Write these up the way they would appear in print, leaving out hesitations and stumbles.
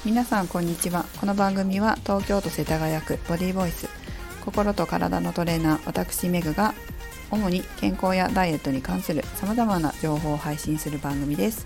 皆さんこんにちは。この番組は東京都世田谷区ボディボイス、心と体のトレーナー私メグが主に健康やダイエットに関する様々な情報を配信する番組です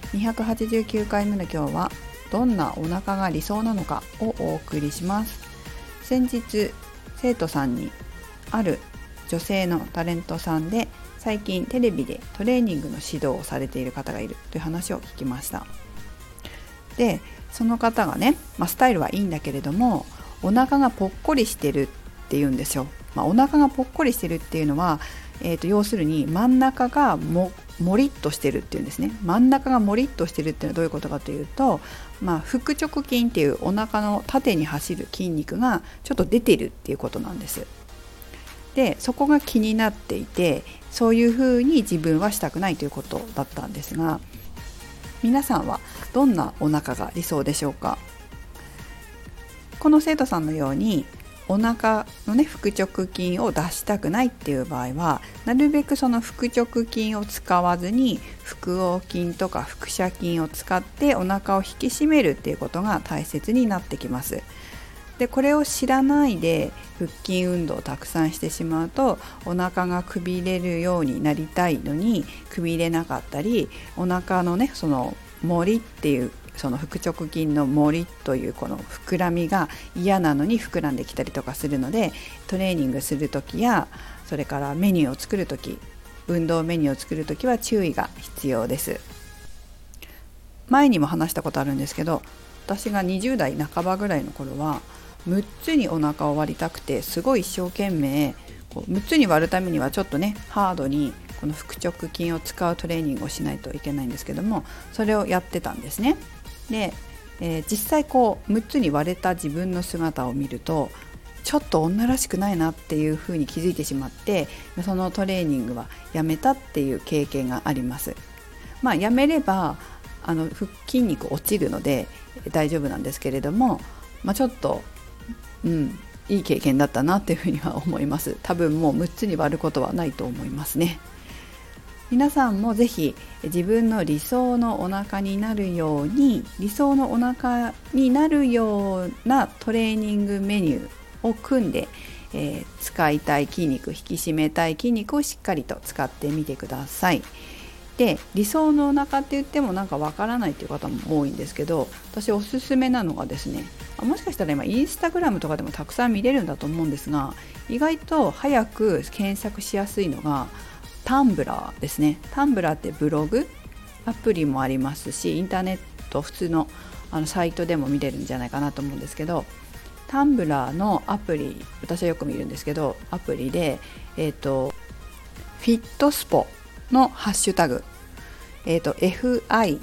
。289回目の今日はどんなお腹が理想なのかをお送りします。先日生徒さんにある女性のタレントさんで最近テレビでトレーニングの指導をされている方がいるという話を聞きました。でその方がね、スタイルはいいんだけれどもお腹がぽっこりしてるっていうんですよ。お腹がぽっこりしてるっていうのは、要するに真ん中がもりっとしてるっていうんですね。真ん中がもりっとしてるっていうのはどういうことかというと、腹直筋っていうお腹の縦に走る筋肉がちょっと出てるっていうことなんです。でそこが気になっていて、そういうふうに自分はしたくないということだったんですが、皆さんはどんなお腹が理想でしょうか。この生徒さんのようにお腹のね腹直筋を出したくないっていう場合は、なるべくその腹直筋を使わずに腹横筋とか腹斜筋を使ってお腹を引き締めるっていうことが大切になってきます。でこれを知らないで腹筋運動をたくさんしてしまうと、お腹がくびれるようになりたいのにくびれなかったり、お腹のねそのもりっていうその腹直筋のもりというこの膨らみが嫌なのに膨らんできたりとかするので、トレーニングするときやそれからメニューを作るとき、運動メニューを作るときは注意が必要です。前にも話したことあるんですけど、私が20代半ばぐらいの頃は6つにお腹を割りたくて、すごい一生懸命6つに割るためにはちょっとねハードにこの腹直筋を使うトレーニングをしないといけないんですけども、それをやってたんですね。で、実際6つに割れた自分の姿を見るとちょっと女らしくないなっていうふうに気づいてしまって、そのトレーニングはやめたっていう経験があります。やめれば筋肉落ちるので大丈夫なんですけれども、ちょっといい経験だったなっていうふうには思います。多分もう6つに割ることはないと思いますね。皆さんもぜひ自分の理想のお腹になるように、理想のお腹になるようなトレーニングメニューを組んで、使いたい筋肉、引き締めたい筋肉をしっかりと使ってみてください。で理想のお腹って言ってもなんかわからないっていう方も多いんですけど、私おすすめなのがですね、もしかしたら今インスタグラムとかでもたくさん見れるんだと思うんですが、意外と早く検索しやすいのがタンブラーですね。タンブラーってブログアプリもありますし、インターネット普通のサイトでも見れるんじゃないかなと思うんですけど、タンブラーのアプリ、私はよく見るんですけど、アプリでフィットスポのハッシュタグ、FIESPO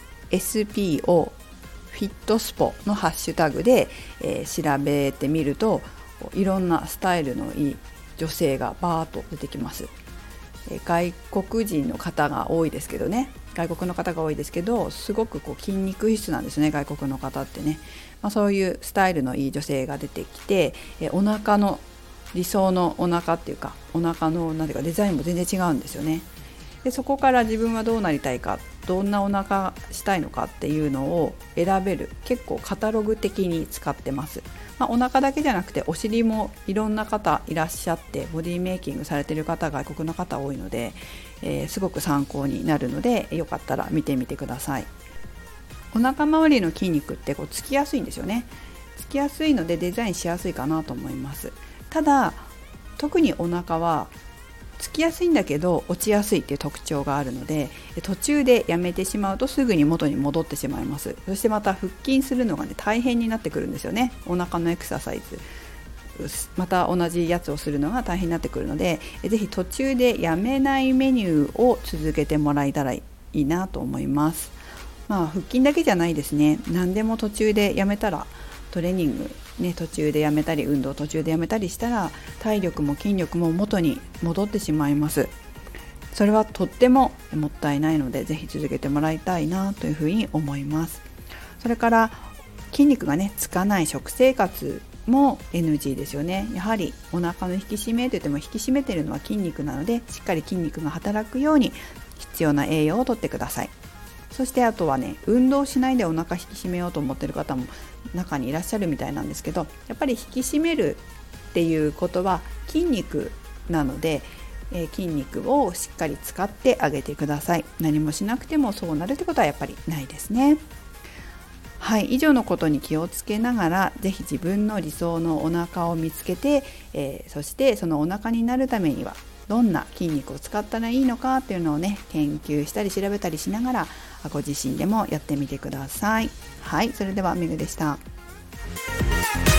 フィットスポのハッシュタグで、調べてみるといろんなスタイルのいい女性がバーッと出てきます。外国人の方が多いですけどね、外国の方が多いですけど、すごく筋肉質なんですね、外国の方ってね。そういうスタイルのいい女性が出てきて、お腹の理想のお腹っていうか、お腹のなんていうかデザインも全然違うんですよね。でそこから自分はどうなりたいか、どんなお腹したいのかっていうのを選べる、結構カタログ的に使ってます。お腹だけじゃなくてお尻もいろんな方いらっしゃって、ボディメイキングされている方、外国の方多いので、すごく参考になるので、よかったら見てみてください。お腹周りの筋肉ってつきやすいんですよね。つきやすいのでデザインしやすいかなと思います。ただ特にお腹はつきやすいんだけど落ちやすいっていう特徴があるので、途中でやめてしまうとすぐに元に戻ってしまいます。そしてまた腹筋するのがね大変になってくるんですよね。お腹のエクササイズまた同じやつをするのが大変になってくるので、ぜひ途中でやめないメニューを続けてもらえたらいいなと思います。腹筋だけじゃないですね。何でも途中でやめたら、トレーニング途中でやめたり、運動途中でやめたりしたら体力も筋力も元に戻ってしまいます。それはとってももったいないので、ぜひ続けてもらいたいなというふうに思います。それから筋肉がつかない食生活も NG ですよね。やはりお腹の引き締めといっても、引き締めているのは筋肉なので、しっかり筋肉が働くように必要な栄養をとってください。 そしてあとはね、運動しないでお腹引き締めようと思ってる方も中にいらっしゃるみたいなんですけど、やっぱり引き締めるっていうことは筋肉なので、筋肉をしっかり使ってあげてください。何もしなくてもそうなるってことはやっぱりないですね。はい、以上のことに気をつけながら、ぜひ自分の理想のお腹を見つけて、そしてそのお腹になるためにはどんな筋肉を使ったらいいのかっていうのをね、研究したり調べたりしながらご自身でもやってみてください。はい、それではめぐでした。